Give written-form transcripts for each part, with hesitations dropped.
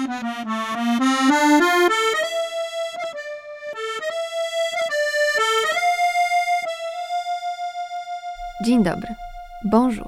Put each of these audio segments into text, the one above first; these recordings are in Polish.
Dzień dobry. Bonjour.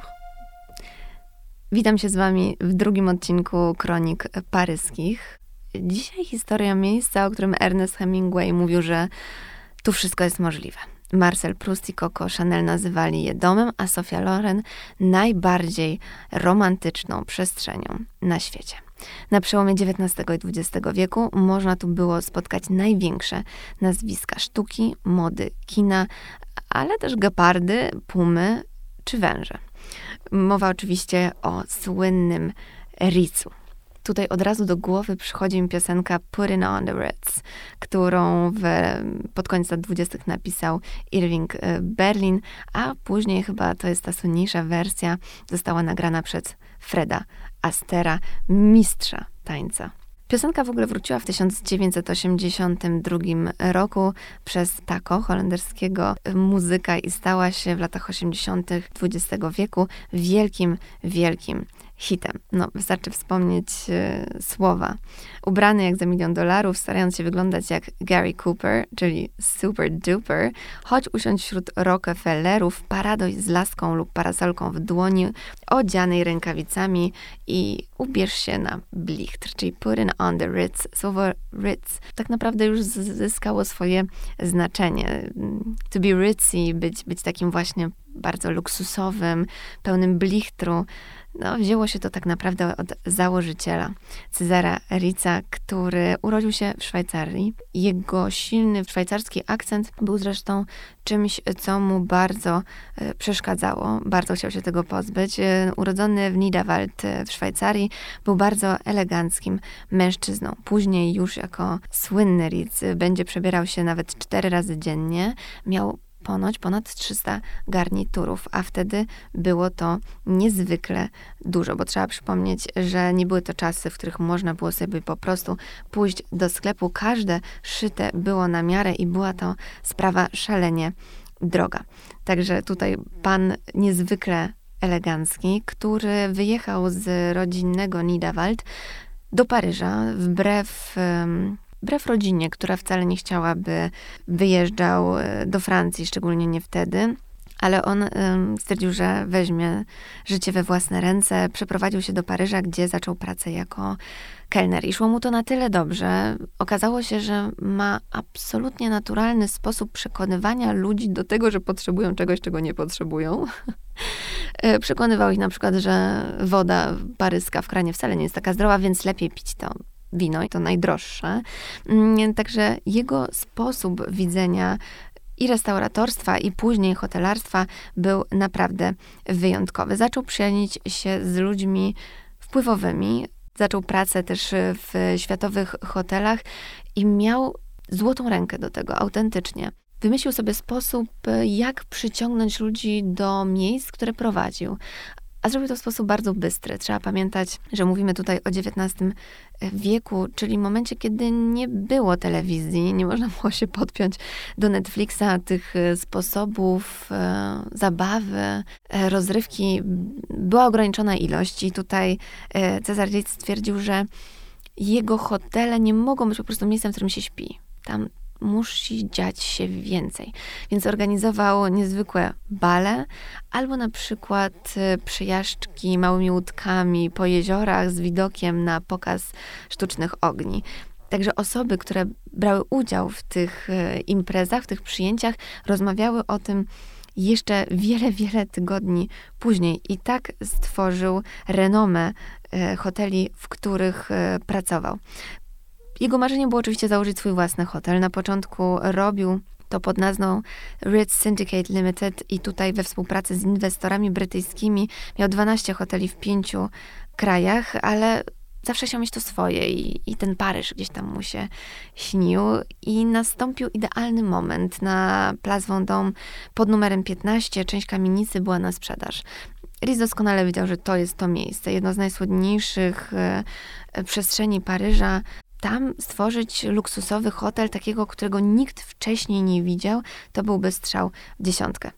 Witam się z wami w drugim odcinku Kronik Paryskich. Dzisiaj historia miejsca, o którym Ernest Hemingway mówił, że tu wszystko jest możliwe. Marcel Proust i Coco Chanel nazywali je domem, a Sophia Loren najbardziej romantyczną przestrzenią na świecie. Na przełomie XIX i XX wieku można tu było spotkać największe nazwiska sztuki, mody, kina, ale też gepardy, pumy czy węże. Mowa oczywiście o słynnym Ritzu. Tutaj od razu do głowy przychodzi mi piosenka Putting on the Ritz, którą pod koniec lat 20. napisał Irving Berlin, a później chyba to jest ta słynniejsza wersja, została nagrana przez Freda Astera, mistrza tańca. Piosenka w ogóle wróciła w 1982 roku przez Taco, holenderskiego muzyka, i stała się w latach 80. XX wieku wielkim hitem. No, wystarczy wspomnieć słowa. Ubrany jak za $1 000 000, starając się wyglądać jak Gary Cooper, czyli super duper, chodź usiądź wśród Rockefellerów, paradoś z laską lub parasolką w dłoni, odzianej rękawicami i ubierz się na blichtr, czyli putting on the Ritz. Słowo Ritz tak naprawdę już zyskało swoje znaczenie. To be ritzy, być takim właśnie bardzo luksusowym, pełnym blichtru. No, wzięło się to tak naprawdę od założyciela, Cezara Ritza, który urodził się w Szwajcarii. Jego silny szwajcarski akcent był zresztą czymś, co mu bardzo przeszkadzało. Bardzo chciał się tego pozbyć. Urodzony w Niederwald w Szwajcarii, był bardzo eleganckim mężczyzną. Później już jako słynny Ritz będzie przebierał się nawet 4 razy dziennie. Miał ponoć ponad 300 garniturów, a wtedy było to niezwykle dużo, bo trzeba przypomnieć, że nie były to czasy, w których można było sobie po prostu pójść do sklepu. Każde szyte było na miarę i była to sprawa szalenie droga. Także tutaj pan niezwykle elegancki, który wyjechał z rodzinnego Niederwald do Paryża wbrew rodzinie, która wcale nie chciałaby wyjeżdżał do Francji, szczególnie nie wtedy, ale on stwierdził, że weźmie życie we własne ręce, przeprowadził się do Paryża, gdzie zaczął pracę jako kelner. I szło mu to na tyle dobrze. Okazało się, że ma absolutnie naturalny sposób przekonywania ludzi do tego, że potrzebują czegoś, czego nie potrzebują. Przekonywał ich na przykład, że woda paryska w kranie wcale nie jest taka zdrowa, więc lepiej pić to wino i to najdroższe. Także jego sposób widzenia i restauratorstwa, i później hotelarstwa był naprawdę wyjątkowy. Zaczął przyjaźnić się z ludźmi wpływowymi, zaczął pracę też w światowych hotelach i miał złotą rękę do tego, autentycznie. Wymyślił sobie sposób, jak przyciągnąć ludzi do miejsc, które prowadził. A zrobił to w sposób bardzo bystry. Trzeba pamiętać, że mówimy tutaj o XIX wieku, czyli momencie, kiedy nie było telewizji, nie można było się podpiąć do Netflixa, tych sposobów zabawy, rozrywki była ograniczona ilość i tutaj Cezar Ritz stwierdził, że jego hotele nie mogą być po prostu miejscem, w którym się śpi. Tam musi dziać się więcej. Więc organizował niezwykłe bale, albo na przykład przejażdżki małymi łódkami po jeziorach z widokiem na pokaz sztucznych ogni. Także osoby, które brały udział w tych imprezach, w tych przyjęciach, rozmawiały o tym jeszcze wiele tygodni później. I tak stworzył renomę hoteli, w których pracował. Jego marzeniem było oczywiście założyć swój własny hotel. Na początku robił to pod nazwą Ritz Syndicate Limited i tutaj we współpracy z inwestorami brytyjskimi miał 12 hoteli w 5 krajach, ale zawsze chciał mieć to swoje i ten Paryż gdzieś tam mu się śnił i nastąpił idealny moment. Na Place Vendôme pod numerem 15 część kamienicy była na sprzedaż. Ritz doskonale wiedział, że to jest to miejsce, jedno z najsłodniejszych przestrzeni Paryża. Tam stworzyć luksusowy hotel, takiego, którego nikt wcześniej nie widział, to byłby strzał w dziesiątkę.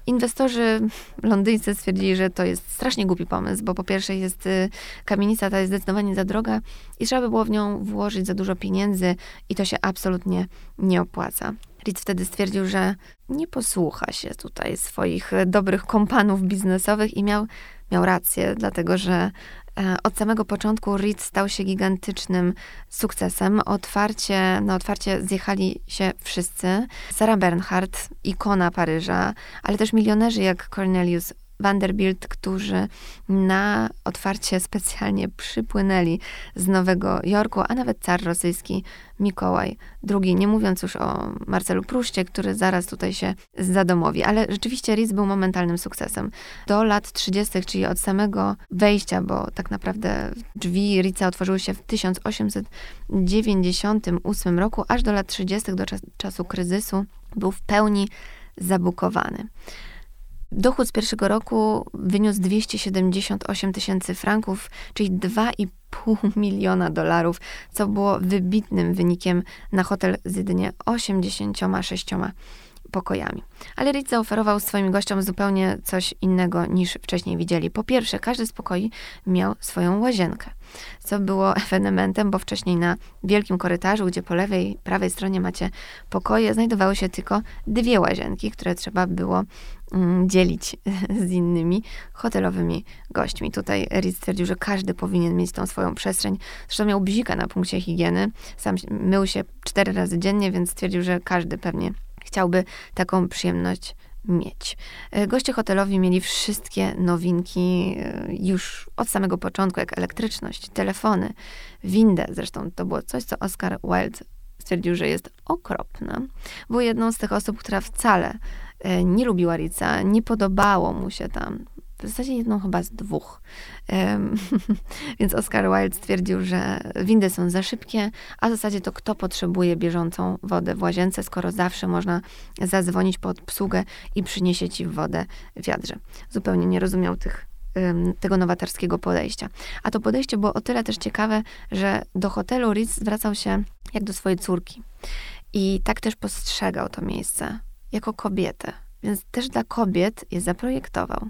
Inwestorzy londyńscy stwierdzili, że to jest strasznie głupi pomysł, bo po pierwsze jest kamienica, ta jest zdecydowanie za droga i trzeba by było w nią włożyć za dużo pieniędzy i to się absolutnie nie opłaca. Reed wtedy stwierdził, że nie posłucha się tutaj swoich dobrych kompanów biznesowych i miał rację, dlatego że od samego początku Reed stał się gigantycznym sukcesem. Na otwarcie zjechali się wszyscy. Sarah Bernhardt, ikona Paryża, ale też milionerzy jak Cornelius Vanderbilt, którzy na otwarcie specjalnie przypłynęli z Nowego Jorku, a nawet car rosyjski Mikołaj II, nie mówiąc już o Marcelu Pruszcie, który zaraz tutaj się zadomowi. Ale rzeczywiście Reed był momentalnym sukcesem. Do lat 30., czyli od samego wejścia, bo tak naprawdę drzwi Reedsa otworzyły się w 1898 roku, aż do lat 30., do czasu kryzysu, był w pełni zabukowany. Dochód z pierwszego roku wyniósł 278 000 franków, czyli $2,5 miliona, co było wybitnym wynikiem na hotel z jedynie 86 pokojami. Ale Reed zaoferował swoim gościom zupełnie coś innego niż wcześniej widzieli. Po pierwsze, każdy z pokoi miał swoją łazienkę, co było ewenementem, bo wcześniej na wielkim korytarzu, gdzie po lewej i prawej stronie macie pokoje, znajdowały się tylko 2 łazienki, które trzeba było dzielić z innymi hotelowymi gośćmi. Tutaj Reed stwierdził, że każdy powinien mieć tą swoją przestrzeń. Zresztą miał bzika na punkcie higieny. Sam mył się 4 razy dziennie, więc stwierdził, że każdy pewnie chciałby taką przyjemność mieć. Goście hotelowi mieli wszystkie nowinki już od samego początku, jak elektryczność, telefony, windę. Zresztą to było coś, co Oscar Wilde stwierdził, że jest okropne. Był jedną z tych osób, która wcale nie lubiła Reedsa, nie podobało mu się tam. W zasadzie jedną chyba z 2. Więc Oscar Wilde stwierdził, że windy są za szybkie, a w zasadzie to kto potrzebuje bieżącą wodę w łazience, skoro zawsze można zadzwonić po obsługę i przyniesie ci wodę w wiadrze. Zupełnie nie rozumiał tego nowatorskiego podejścia. A to podejście było o tyle też ciekawe, że do hotelu Reed zwracał się jak do swojej córki. I tak też postrzegał to miejsce jako kobietę. Więc też dla kobiet je zaprojektował.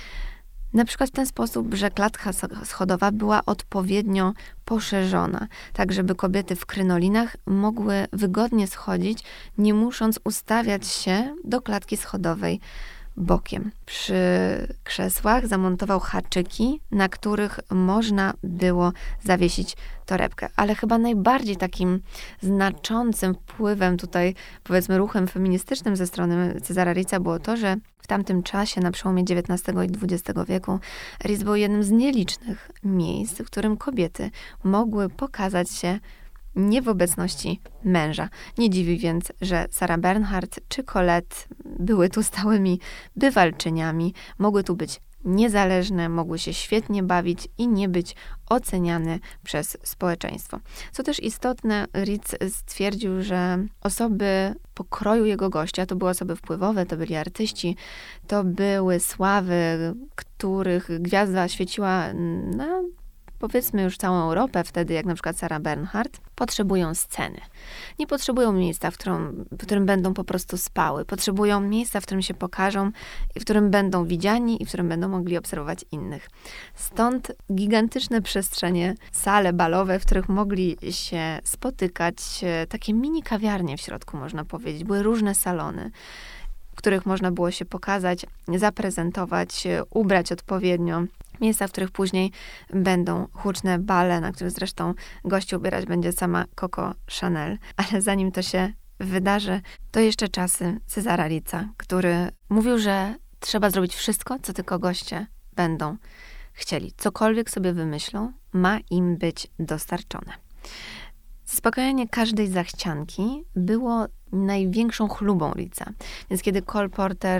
Na przykład w ten sposób, że klatka schodowa była odpowiednio poszerzona, tak żeby kobiety w krynolinach mogły wygodnie schodzić, nie musząc ustawiać się do klatki schodowej bokiem. Przy krzesłach zamontował haczyki, na których można było zawiesić torebkę. Ale chyba najbardziej takim znaczącym wpływem tutaj, powiedzmy, ruchem feministycznym ze strony Cezara Reedsa było to, że w tamtym czasie, na przełomie XIX i XX wieku, Reed był jednym z nielicznych miejsc, w którym kobiety mogły pokazać się nie w obecności męża. Nie dziwi więc, że Sarah Bernhardt czy Colette były tu stałymi bywalczyniami, mogły tu być niezależne, mogły się świetnie bawić i nie być oceniane przez społeczeństwo. Co też istotne, Reed stwierdził, że osoby pokroju jego gościa to były osoby wpływowe, to byli artyści, to były sławy, których gwiazda świeciła na powiedzmy już całą Europę, wtedy jak na przykład Sarah Bernhardt, potrzebują sceny. Nie potrzebują miejsca, w którym będą po prostu spały. Potrzebują miejsca, w którym się pokażą, w którym będą widziani i w którym będą mogli obserwować innych. Stąd gigantyczne przestrzenie, sale balowe, w których mogli się spotykać, takie mini kawiarnie w środku, można powiedzieć. Były różne salony, w których można było się pokazać, zaprezentować, ubrać odpowiednio. Miejsca, w których później będą huczne bale, na których zresztą gości ubierać będzie sama Coco Chanel. Ale zanim to się wydarzy, to jeszcze czasy Cezara Reedsa, który mówił, że trzeba zrobić wszystko, co tylko goście będą chcieli. Cokolwiek sobie wymyślą, ma im być dostarczone. Zaspokojenie każdej zachcianki było największą chlubą Reedsa. Więc kiedy Cole Porter,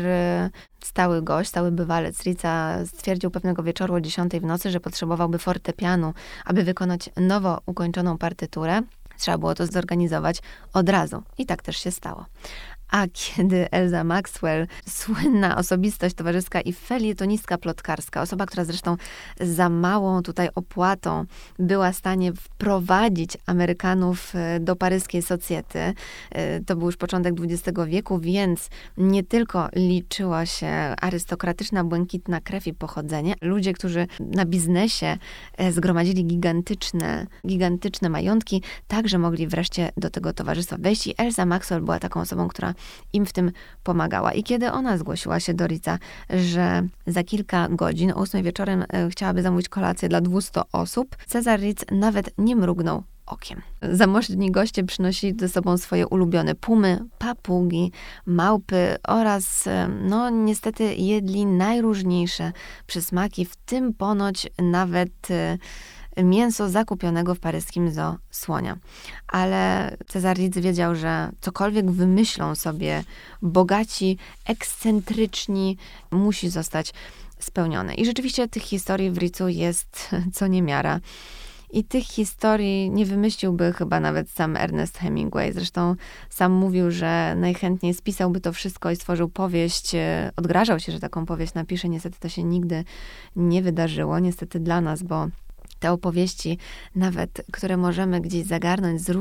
stały gość, stały bywalec Reedsa, stwierdził pewnego wieczoru o 10 w nocy, że potrzebowałby fortepianu, aby wykonać nowo ukończoną partyturę, trzeba było to zorganizować od razu. I tak też się stało. A kiedy Elza Maxwell, słynna osobistość towarzyska i felietonistka plotkarska, osoba, która zresztą za małą tutaj opłatą była w stanie wprowadzić Amerykanów do paryskiej socjety, to był już początek XX wieku, więc nie tylko liczyła się arystokratyczna, błękitna krew i pochodzenie. Ludzie, którzy na biznesie zgromadzili gigantyczne majątki, także mogli wreszcie do tego towarzystwa wejść i Elza Maxwell była taką osobą, która im w tym pomagała. I kiedy ona zgłosiła się do Ritza, że za kilka godzin, o 8 wieczorem chciałaby zamówić kolację dla 200 osób, Cezar Ritz nawet nie mrugnął okiem. Zamożni goście przynosili ze sobą swoje ulubione pumy, papugi, małpy oraz, no niestety, jedli najróżniejsze przysmaki, w tym ponoć nawet mięso zakupionego w paryskim zoo słonia. Ale Cezar Ritz wiedział, że cokolwiek wymyślą sobie bogaci, ekscentryczni, musi zostać spełnione. I rzeczywiście tych historii w Ritzu jest co niemiara. I tych historii nie wymyśliłby chyba nawet sam Ernest Hemingway. Zresztą sam mówił, że najchętniej spisałby to wszystko i stworzył powieść. Odgrażał się, że taką powieść napisze. Niestety to się nigdy nie wydarzyło. Niestety dla nas, bo te opowieści, nawet które możemy gdzieś zagarnąć z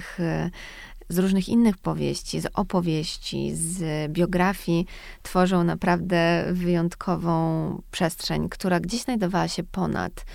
różnych innych powieści, z opowieści, z biografii, tworzą naprawdę wyjątkową przestrzeń, która gdzieś znajdowała się ponad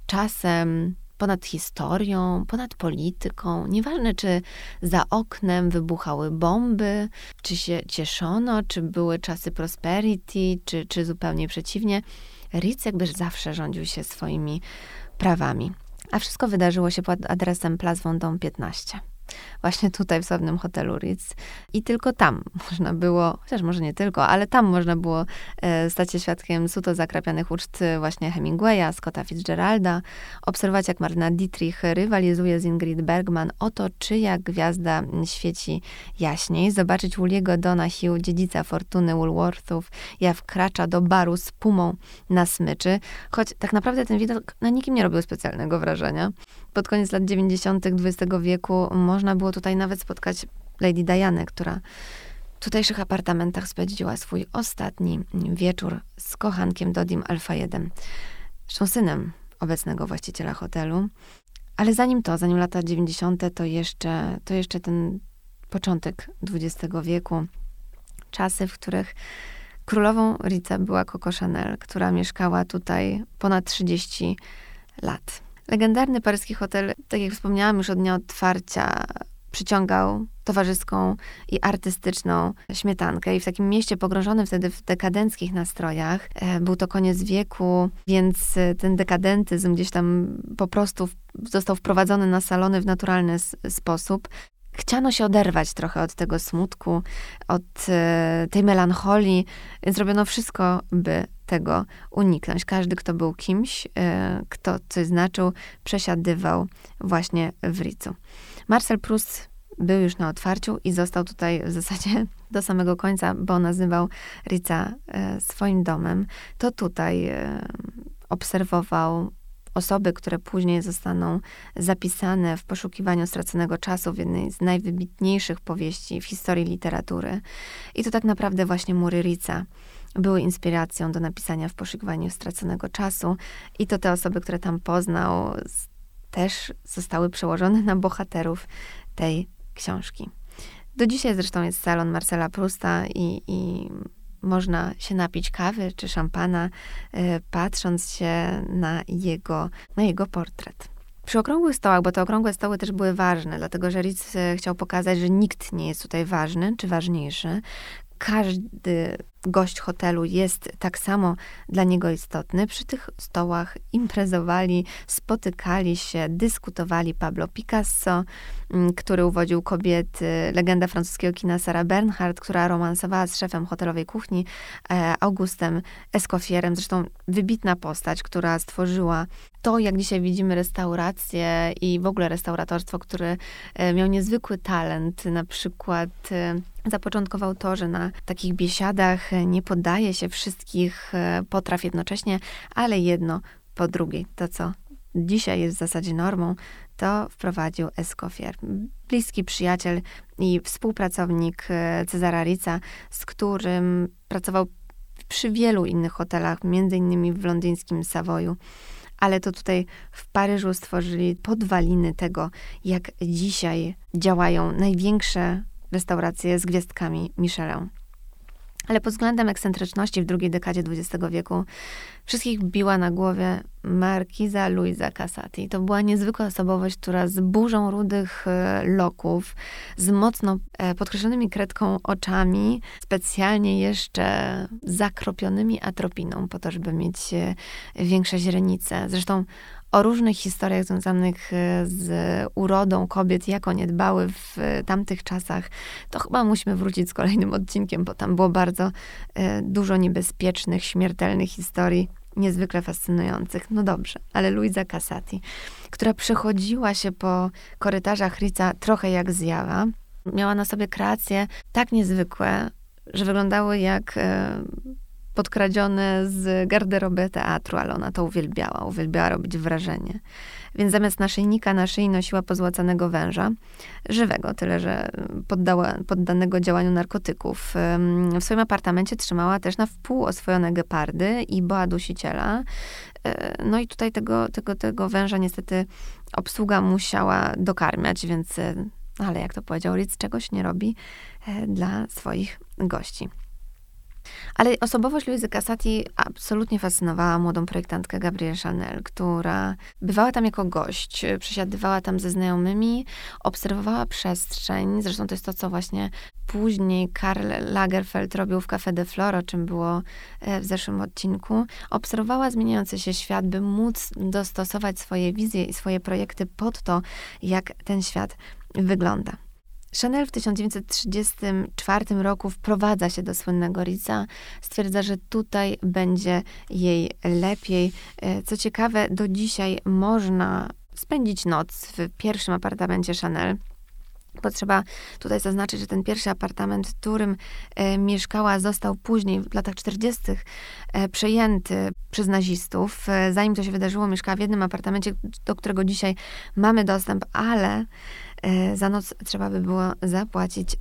czasem, ponad historią, ponad polityką. Nieważne, czy za oknem wybuchały bomby, czy się cieszono, czy były czasy prosperity, czy zupełnie przeciwnie. Ritz jakby zawsze rządził się swoimi prawami. A wszystko wydarzyło się pod adresem Place Vendôme 15. Właśnie tutaj w sławnym hotelu Ritz. I tylko tam można było, chociaż może nie tylko, ale tam można było stać się świadkiem suto zakrapianych uczt właśnie Hemingwaya, Scotta Fitzgeralda, obserwować, jak Marlena Dietrich rywalizuje z Ingrid Bergman o to, czyja gwiazda świeci jaśniej, zobaczyć Williego Donahue, dziedzica fortuny Woolworthów, jak wkracza do baru z pumą na smyczy, choć tak naprawdę ten widok na nikim nie robił specjalnego wrażenia. Pod koniec lat 90. XX wieku można było tutaj nawet spotkać Lady Dianę, która w tutejszych apartamentach spędziła swój ostatni wieczór z kochankiem Dodim Al-Fayedem, zresztą synem obecnego właściciela hotelu. Ale zanim lata 90., to jeszcze ten początek XX wieku, czasy, w których królową Ritza była Coco Chanel, która mieszkała tutaj ponad 30 lat. Legendarny paryski hotel, tak jak wspomniałam już od dnia otwarcia, przyciągał towarzyską i artystyczną śmietankę. I w takim mieście pogrążonym wtedy w dekadenckich nastrojach, był to koniec wieku, więc ten dekadentyzm gdzieś tam po prostu został wprowadzony na salony w naturalny sposób. Chciano się oderwać trochę od tego smutku, od tej melancholii, więc robiono wszystko, by tego uniknąć. Każdy, kto był kimś, kto coś znaczył, przesiadywał właśnie w Ritzu. Marcel Proust był już na otwarciu i został tutaj w zasadzie do samego końca, bo nazywał Ritza swoim domem. To tutaj obserwował osoby, które później zostaną zapisane w Poszukiwaniu straconego czasu, w jednej z najwybitniejszych powieści w historii literatury. I to tak naprawdę właśnie mury Ritza były inspiracją do napisania w Poszukiwaniu straconego czasu. I to te osoby, które tam poznał, też zostały przełożone na bohaterów tej książki. Do dzisiaj zresztą jest salon Marcela Prousta i można się napić kawy czy szampana, patrząc się na jego portret. Przy okrągłych stołach, bo te okrągłe stoły też były ważne, dlatego że Ritz chciał pokazać, że nikt nie jest tutaj ważny czy ważniejszy. Każdy gość hotelu jest tak samo dla niego istotny. Przy tych stołach imprezowali, spotykali się, dyskutowali Pablo Picasso, który uwodził kobiety, legenda francuskiego kina Sarah Bernhardt, która romansowała z szefem hotelowej kuchni Augustem Escoffierem, zresztą wybitna postać, która stworzyła to, jak dzisiaj widzimy restaurację i w ogóle restauratorstwo, który miał niezwykły talent. Na przykład zapoczątkował to, że na takich biesiadach nie podaje się wszystkich potraw jednocześnie, ale jedno po drugiej. To, co dzisiaj jest w zasadzie normą, to wprowadził Escoffier, bliski przyjaciel i współpracownik Cezara Ritza, z którym pracował przy wielu innych hotelach, między innymi w londyńskim Savoyu. Ale to tutaj w Paryżu stworzyli podwaliny tego, jak dzisiaj działają największe restauracje z gwiazdkami Michelin. Ale pod względem ekscentryczności w drugiej dekadzie XX wieku wszystkich biła na głowie markiza Luisa Casati. To była niezwykła osobowość, która z burzą rudych loków, z mocno podkreślonymi kredką oczami, specjalnie jeszcze zakropionymi atropiną, po to, żeby mieć większe źrenice. Zresztą o różnych historiach związanych z urodą kobiet, jak one dbały w tamtych czasach, to chyba musimy wrócić z kolejnym odcinkiem, bo tam było bardzo dużo niebezpiecznych, śmiertelnych historii, niezwykle fascynujących. No dobrze, ale Luisa Casati, która przechodziła się po korytarzach Ritza trochę jak zjawa, miała na sobie kreacje tak niezwykłe, że wyglądały jak podkradzione z garderoby teatru, ale ona to uwielbiała robić wrażenie. Więc zamiast naszyjnika na szyi nosiła pozłacanego węża, żywego, tyle że poddanego działaniu narkotyków. W swoim apartamencie trzymała też na wpół oswojone gepardy i boa dusiciela. No i tutaj tego węża niestety obsługa musiała dokarmiać, więc, ale jak to powiedział Ritz, czegoś nie robi dla swoich gości. Ale osobowość Luisy Casati absolutnie fascynowała młodą projektantkę Gabrielle Chanel, która bywała tam jako gość, przesiadywała tam ze znajomymi, obserwowała przestrzeń. Zresztą to jest to, co właśnie później Karl Lagerfeld robił w Café de Flore, o czym było w zeszłym odcinku. Obserwowała zmieniający się świat, by móc dostosować swoje wizje i swoje projekty pod to, jak ten świat wygląda. Chanel w 1934 roku wprowadza się do słynnego Ritza. Stwierdza, że tutaj będzie jej lepiej. Co ciekawe, do dzisiaj można spędzić noc w pierwszym apartamencie Chanel. Bo trzeba tutaj zaznaczyć, że ten pierwszy apartament, w którym mieszkała, został później, w latach 40. Przejęty przez nazistów. Zanim to się wydarzyło, mieszkała w jednym apartamencie, do którego dzisiaj mamy dostęp, ale za noc trzeba by było zapłacić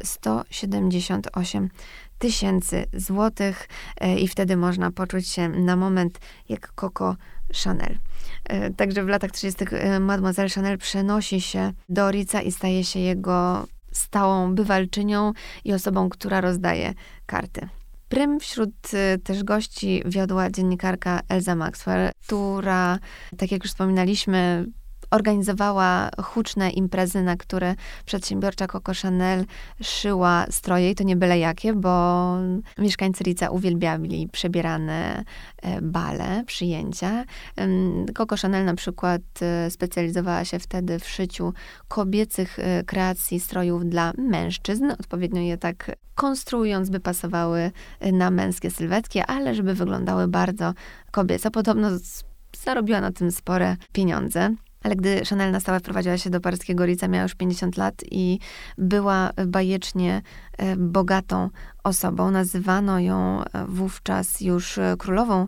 178 000 złotych i wtedy można poczuć się na moment jak Coco Chanel. Także w latach 30. Mademoiselle Chanel przenosi się do Ritza i staje się jego stałą bywalczynią i osobą, która rozdaje karty. Prym wśród też gości wiodła dziennikarka Elsa Maxwell, która, tak jak już wspominaliśmy, organizowała huczne imprezy, na które przedsiębiorcza Coco Chanel szyła stroje i to nie byle jakie, bo mieszkańcy Ritza uwielbiali przebierane bale, przyjęcia. Coco Chanel na przykład specjalizowała się wtedy w szyciu kobiecych kreacji strojów dla mężczyzn, odpowiednio je tak konstruując, by pasowały na męskie sylwetki, ale żeby wyglądały bardzo kobieco. Podobno zarobiła na tym spore pieniądze. Ale gdy Chanel na stałe wprowadziła się do paryskiego Ritza, miała już 50 lat i była bajecznie bogatą osobą. Nazywano ją wówczas już królową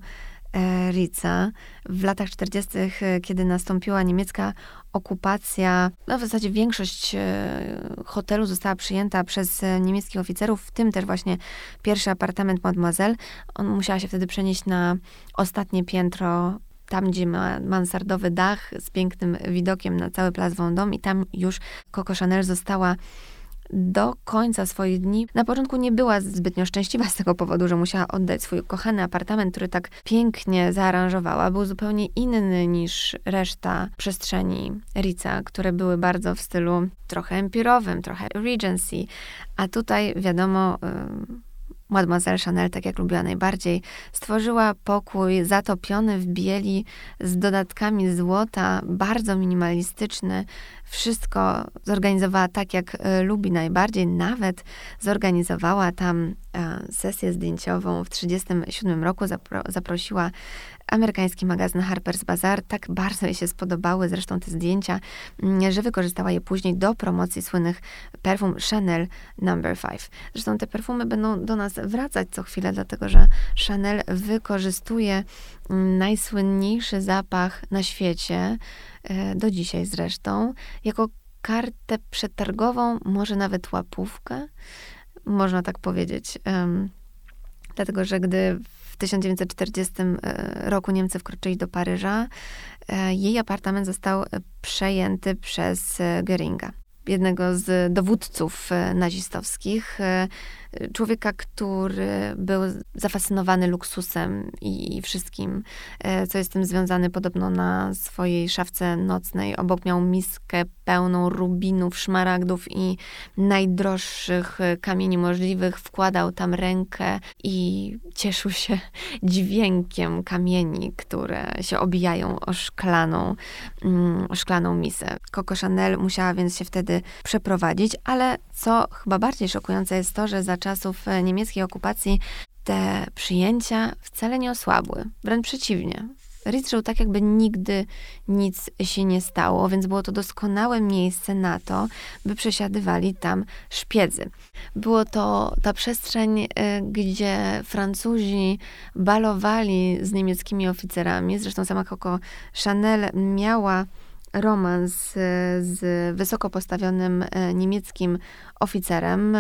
Ritza. W latach 40., kiedy nastąpiła niemiecka okupacja, no w zasadzie większość hotelu została przyjęta przez niemieckich oficerów, w tym też właśnie pierwszy apartament Mademoiselle. On musiała się wtedy przenieść na ostatnie piętro, tam, gdzie ma mansardowy dach z pięknym widokiem na cały Place Vendôme i tam już Coco Chanel została do końca swoich dni. Na początku nie była zbytnio szczęśliwa z tego powodu, że musiała oddać swój kochany apartament, który tak pięknie zaaranżowała. Był zupełnie inny niż reszta przestrzeni Ritza, które były bardzo w stylu trochę empirowym, trochę Regency. A tutaj, wiadomo, Mademoiselle Chanel, tak jak lubiła najbardziej, stworzyła pokój zatopiony w bieli z dodatkami złota, bardzo minimalistyczny. Wszystko zorganizowała tak, jak lubi najbardziej. Nawet zorganizowała tam sesję zdjęciową w 1937 roku. Zaprosiła amerykański magazyn Harper's Bazaar. Tak bardzo jej się spodobały zresztą te zdjęcia, że wykorzystała je później do promocji słynnych perfum Chanel No. 5. Zresztą te perfumy będą do nas wracać co chwilę, dlatego że Chanel wykorzystuje najsłynniejszy zapach na świecie, do dzisiaj zresztą, jako kartę przetargową, może nawet łapówkę, można tak powiedzieć. Dlatego, że gdy w 1940 roku Niemcy wkroczyli do Paryża, jej apartament został przejęty przez Göringa, jednego z dowódców nazistowskich. Człowieka, który był zafascynowany luksusem i wszystkim, co jest z tym związane. Podobno na swojej szafce nocnej obok miał miskę pełną rubinów, szmaragdów i najdroższych kamieni możliwych. Wkładał tam rękę i cieszył się dźwiękiem kamieni, które się obijają o szklaną misę. Coco Chanel musiała więc się wtedy przeprowadzić, ale co chyba bardziej szokujące jest to, że za czasów niemieckiej okupacji te przyjęcia wcale nie osłabły. Wręcz przeciwnie. Ritz żył tak, jakby nigdy nic się nie stało, więc było to doskonałe miejsce na to, by przesiadywali tam szpiedzy. Było to ta przestrzeń, gdzie Francuzi balowali z niemieckimi oficerami. Zresztą sama Coco Chanel miała romans z wysoko postawionym niemieckim oficerem.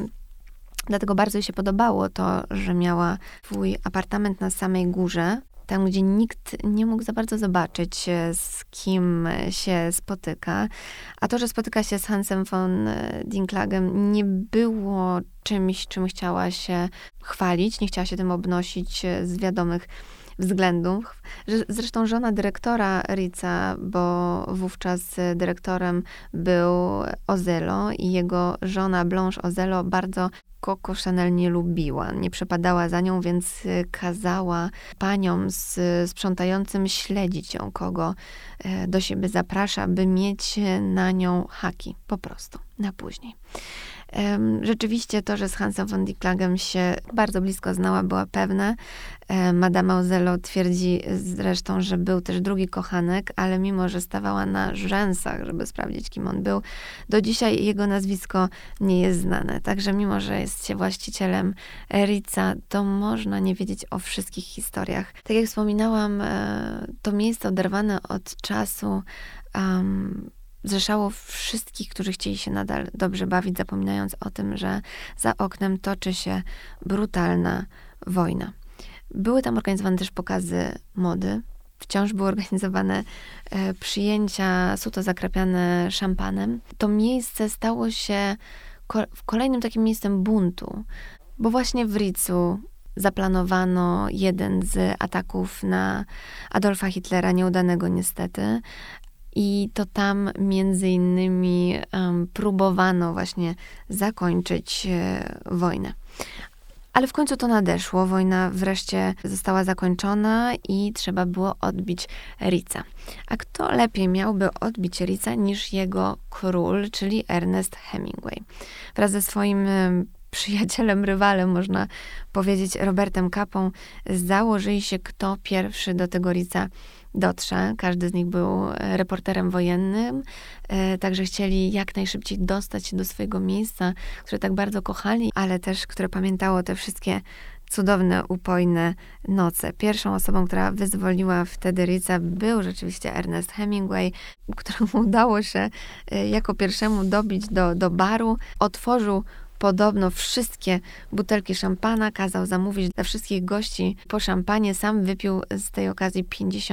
Dlatego bardzo jej się podobało to, że miała swój apartament na samej górze, tam gdzie nikt nie mógł za bardzo zobaczyć, z kim się spotyka. A to, że spotyka się z Hansem von Dinklagem, nie było czymś, czym chciała się chwalić, nie chciała się tym obnosić z wiadomych względów. Zresztą żona dyrektora Ritza, bo wówczas dyrektorem był Ozello i jego żona Blanche Ozello bardzo Coco Chanel nie lubiła, nie przepadała za nią, więc kazała paniom sprzątającym śledzić ją, kogo do siebie zaprasza, by mieć na nią haki, po prostu, na później. Rzeczywiście to, że z Hansem von Dinklagem się bardzo blisko znała, była pewna. Madame Ozello twierdzi zresztą, że był też drugi kochanek, ale mimo, że stawała na rzęsach, żeby sprawdzić, kim on był, do dzisiaj jego nazwisko nie jest znane. Także mimo, że jest się właścicielem Ritza, to można nie wiedzieć o wszystkich historiach. Tak jak wspominałam, to miejsce oderwane od czasu zrzeszało wszystkich, którzy chcieli się nadal dobrze bawić, zapominając o tym, że za oknem toczy się brutalna wojna. Były tam organizowane też pokazy mody. Wciąż były organizowane przyjęcia, suto zakrapiane szampanem. To miejsce stało się kolejnym takim miejscem buntu, bo właśnie w Ritzu zaplanowano jeden z ataków na Adolfa Hitlera, nieudanego niestety. I to tam między innymi próbowano właśnie zakończyć wojnę. Ale w końcu to nadeszło. Wojna wreszcie została zakończona i trzeba było odbić Ritza. A kto lepiej miałby odbić Ritza niż jego król, czyli Ernest Hemingway. Wraz ze swoim przyjacielem, rywalem, można powiedzieć, Robertem Capą, założyli się, kto pierwszy do tego Ritza dotrze. Każdy z nich był reporterem wojennym, także chcieli jak najszybciej dostać się do swojego miejsca, które tak bardzo kochali, ale też które pamiętało te wszystkie cudowne, upojne noce. Pierwszą osobą, która wyzwoliła wtedy Ritza, był rzeczywiście Ernest Hemingway, któremu udało się jako pierwszemu dobić do baru. Otworzył podobno wszystkie butelki szampana, kazał zamówić dla wszystkich gości po szampanie. Sam wypił z tej okazji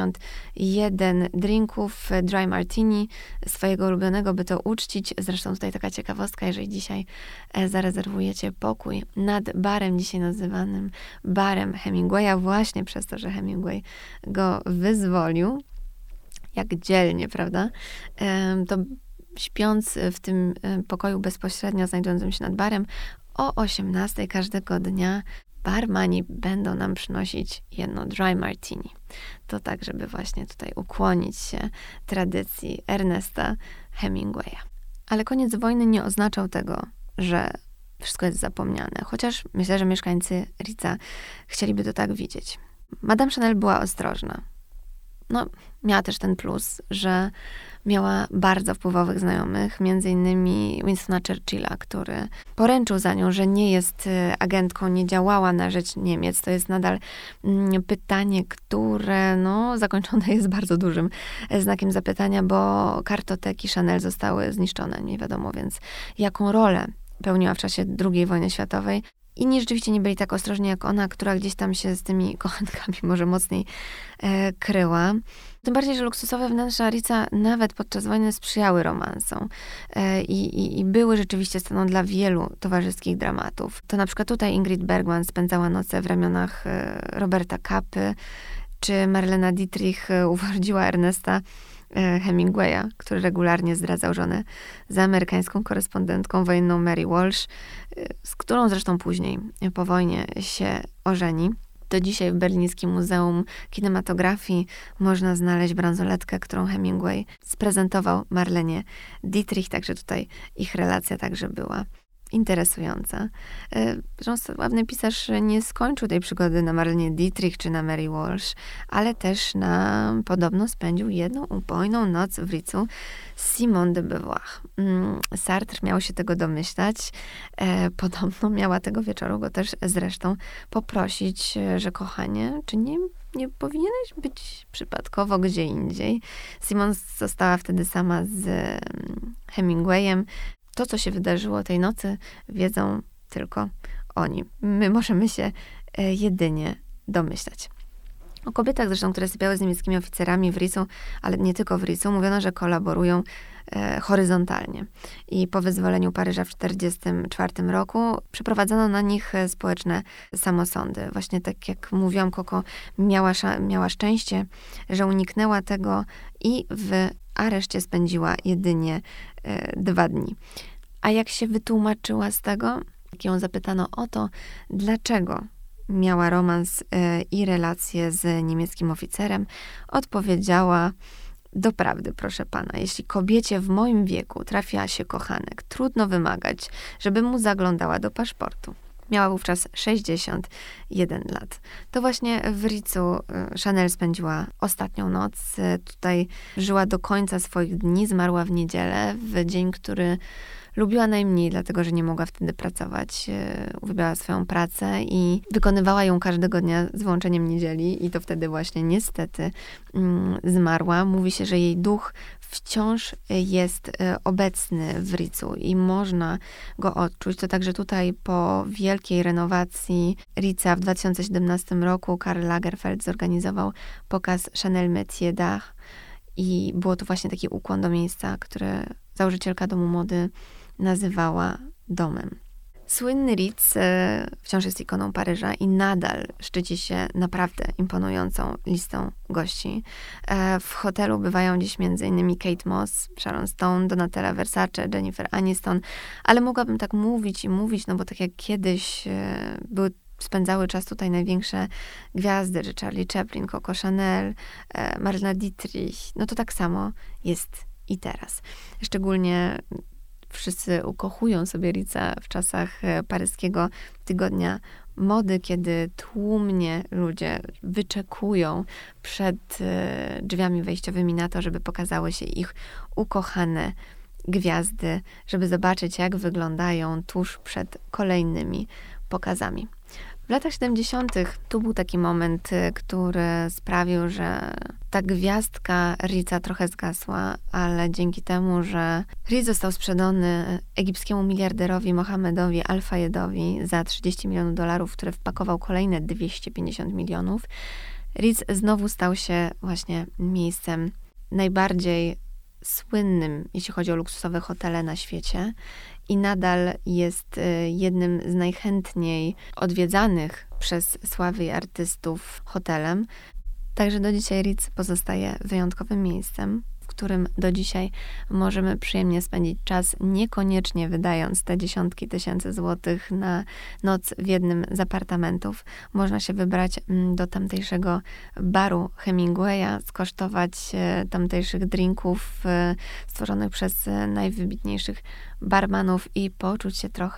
51 drinków dry martini, swojego ulubionego, by to uczcić. Zresztą tutaj taka ciekawostka, jeżeli dzisiaj zarezerwujecie pokój nad barem, dzisiaj nazywanym barem Hemingwaya, właśnie przez to, że Hemingway go wyzwolił, jak dzielnie, prawda, to śpiąc w tym pokoju bezpośrednio znajdującym się nad barem, o 18:00 każdego dnia barmani będą nam przynosić jedno dry martini. To tak, żeby właśnie tutaj ukłonić się tradycji Ernesta Hemingwaya. Ale koniec wojny nie oznaczał tego, że wszystko jest zapomniane. Chociaż myślę, że mieszkańcy Ritza chcieliby to tak widzieć. Madame Chanel była ostrożna. miała też ten plus, że miała bardzo wpływowych znajomych, między innymi Winstona Churchilla, który poręczył za nią, że nie jest agentką, nie działała na rzecz Niemiec. To jest nadal pytanie, które zakończone jest bardzo dużym znakiem zapytania, bo kartoteki Chanel zostały zniszczone, nie wiadomo więc jaką rolę pełniła w czasie II wojny światowej. Inni rzeczywiście nie byli tak ostrożni jak ona, która gdzieś tam się z tymi kochankami może mocniej kryła. Tym bardziej, że luksusowe wnętrza Ritza nawet podczas wojny sprzyjały romansom i były rzeczywiście sceną dla wielu towarzyskich dramatów. To na przykład tutaj Ingrid Bergman spędzała noce w ramionach Roberta Capy, czy Marlena Dietrich uwodziła Ernesta Hemingwaya, który regularnie zdradzał żonę za amerykańską korespondentką wojenną Mary Walsh, z którą zresztą później po wojnie się ożeni. Do dzisiaj w Berlińskim Muzeum Kinematografii można znaleźć bransoletkę, którą Hemingway sprezentował Marlenie Dietrich, także tutaj ich relacja także była interesująca. Zresztą sławny pisarz nie skończył tej przygody na Marlenie Dietrich czy na Mary Walsh, ale też podobno spędził jedną upojną noc w Ritzu z Simone de Beauvoir. Sartre miał się tego domyślać. Podobno miała tego wieczoru go też zresztą poprosić, że kochanie, czy nie powinieneś być przypadkowo gdzie indziej. Simone została wtedy sama z Hemingwayem. To, co się wydarzyło tej nocy, wiedzą tylko oni. My możemy się jedynie domyślać. O kobietach zresztą, które sypiały z niemieckimi oficerami w Ritzu, ale nie tylko w Ritzu, mówiono, że kolaborują horyzontalnie. I po wyzwoleniu Paryża w 1944 roku przeprowadzono na nich społeczne samosądy. Właśnie tak jak mówiłam, Coco miała szczęście, że uniknęła tego i w areszcie spędziła jedynie 2 dni. A jak się wytłumaczyła z tego, jak ją zapytano o to, dlaczego miała romans i relacje z niemieckim oficerem, odpowiedziała: doprawdy, proszę pana, jeśli kobiecie w moim wieku trafia się kochanek, trudno wymagać, żeby mu zaglądała do paszportu. Miała wówczas 61 lat. To właśnie w Ritzu Chanel spędziła ostatnią noc. Tutaj żyła do końca swoich dni, zmarła w niedzielę, w dzień, który lubiła najmniej, dlatego że nie mogła wtedy pracować. Uwielbiała swoją pracę i wykonywała ją każdego dnia z wyłączeniem niedzieli i to wtedy właśnie niestety zmarła. Mówi się, że jej duch wciąż jest obecny w Ritzu i można go odczuć. To także tutaj po wielkiej renowacji Ritza w 2017 roku Karl Lagerfeld zorganizował pokaz Chanel Métier d'Art i było to właśnie taki ukłon do miejsca, które założycielka domu mody nazywała domem. Słynny Ritz wciąż jest ikoną Paryża i nadal szczyci się naprawdę imponującą listą gości. W hotelu bywają dziś m.in. Kate Moss, Sharon Stone, Donatella Versace, Jennifer Aniston, ale mogłabym tak mówić i mówić, bo tak jak kiedyś spędzały czas tutaj największe gwiazdy, że Charlie Chaplin, Coco Chanel, Marlena Dietrich, to tak samo jest i teraz. Szczególnie wszyscy ukochują sobie Ritza w czasach paryskiego tygodnia mody, kiedy tłumnie ludzie wyczekują przed drzwiami wejściowymi na to, żeby pokazały się ich ukochane gwiazdy, żeby zobaczyć, jak wyglądają tuż przed kolejnymi pokazami. W latach 70. tu był taki moment, który sprawił, że ta gwiazdka Ritza trochę zgasła, ale dzięki temu, że Ritz został sprzedany egipskiemu miliarderowi Mohamedowi Al-Fayedowi za $30 milionów, które wpakował kolejne 250 milionów, Ritz znowu stał się właśnie miejscem najbardziej słynnym, jeśli chodzi o luksusowe hotele na świecie i nadal jest jednym z najchętniej odwiedzanych przez sławy i artystów hotelem. Także do dzisiaj Ritz pozostaje wyjątkowym miejscem, w którym do dzisiaj możemy przyjemnie spędzić czas, niekoniecznie wydając te dziesiątki tysięcy złotych na noc w jednym z apartamentów. Można się wybrać do tamtejszego baru Hemingwaya, skosztować tamtejszych drinków stworzonych przez najwybitniejszych barmanów i poczuć się trochę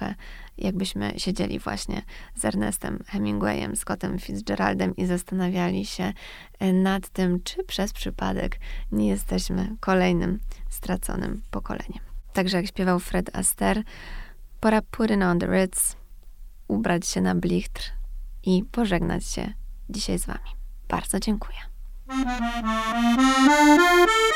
jakbyśmy siedzieli właśnie z Ernestem Hemingwayem, Scottem Fitzgeraldem i zastanawiali się nad tym, czy przez przypadek nie jesteśmy kolejnym straconym pokoleniem. Także jak śpiewał Fred Astaire, pora putting on the Ritz, ubrać się na blichtr i pożegnać się dzisiaj z wami. Bardzo dziękuję.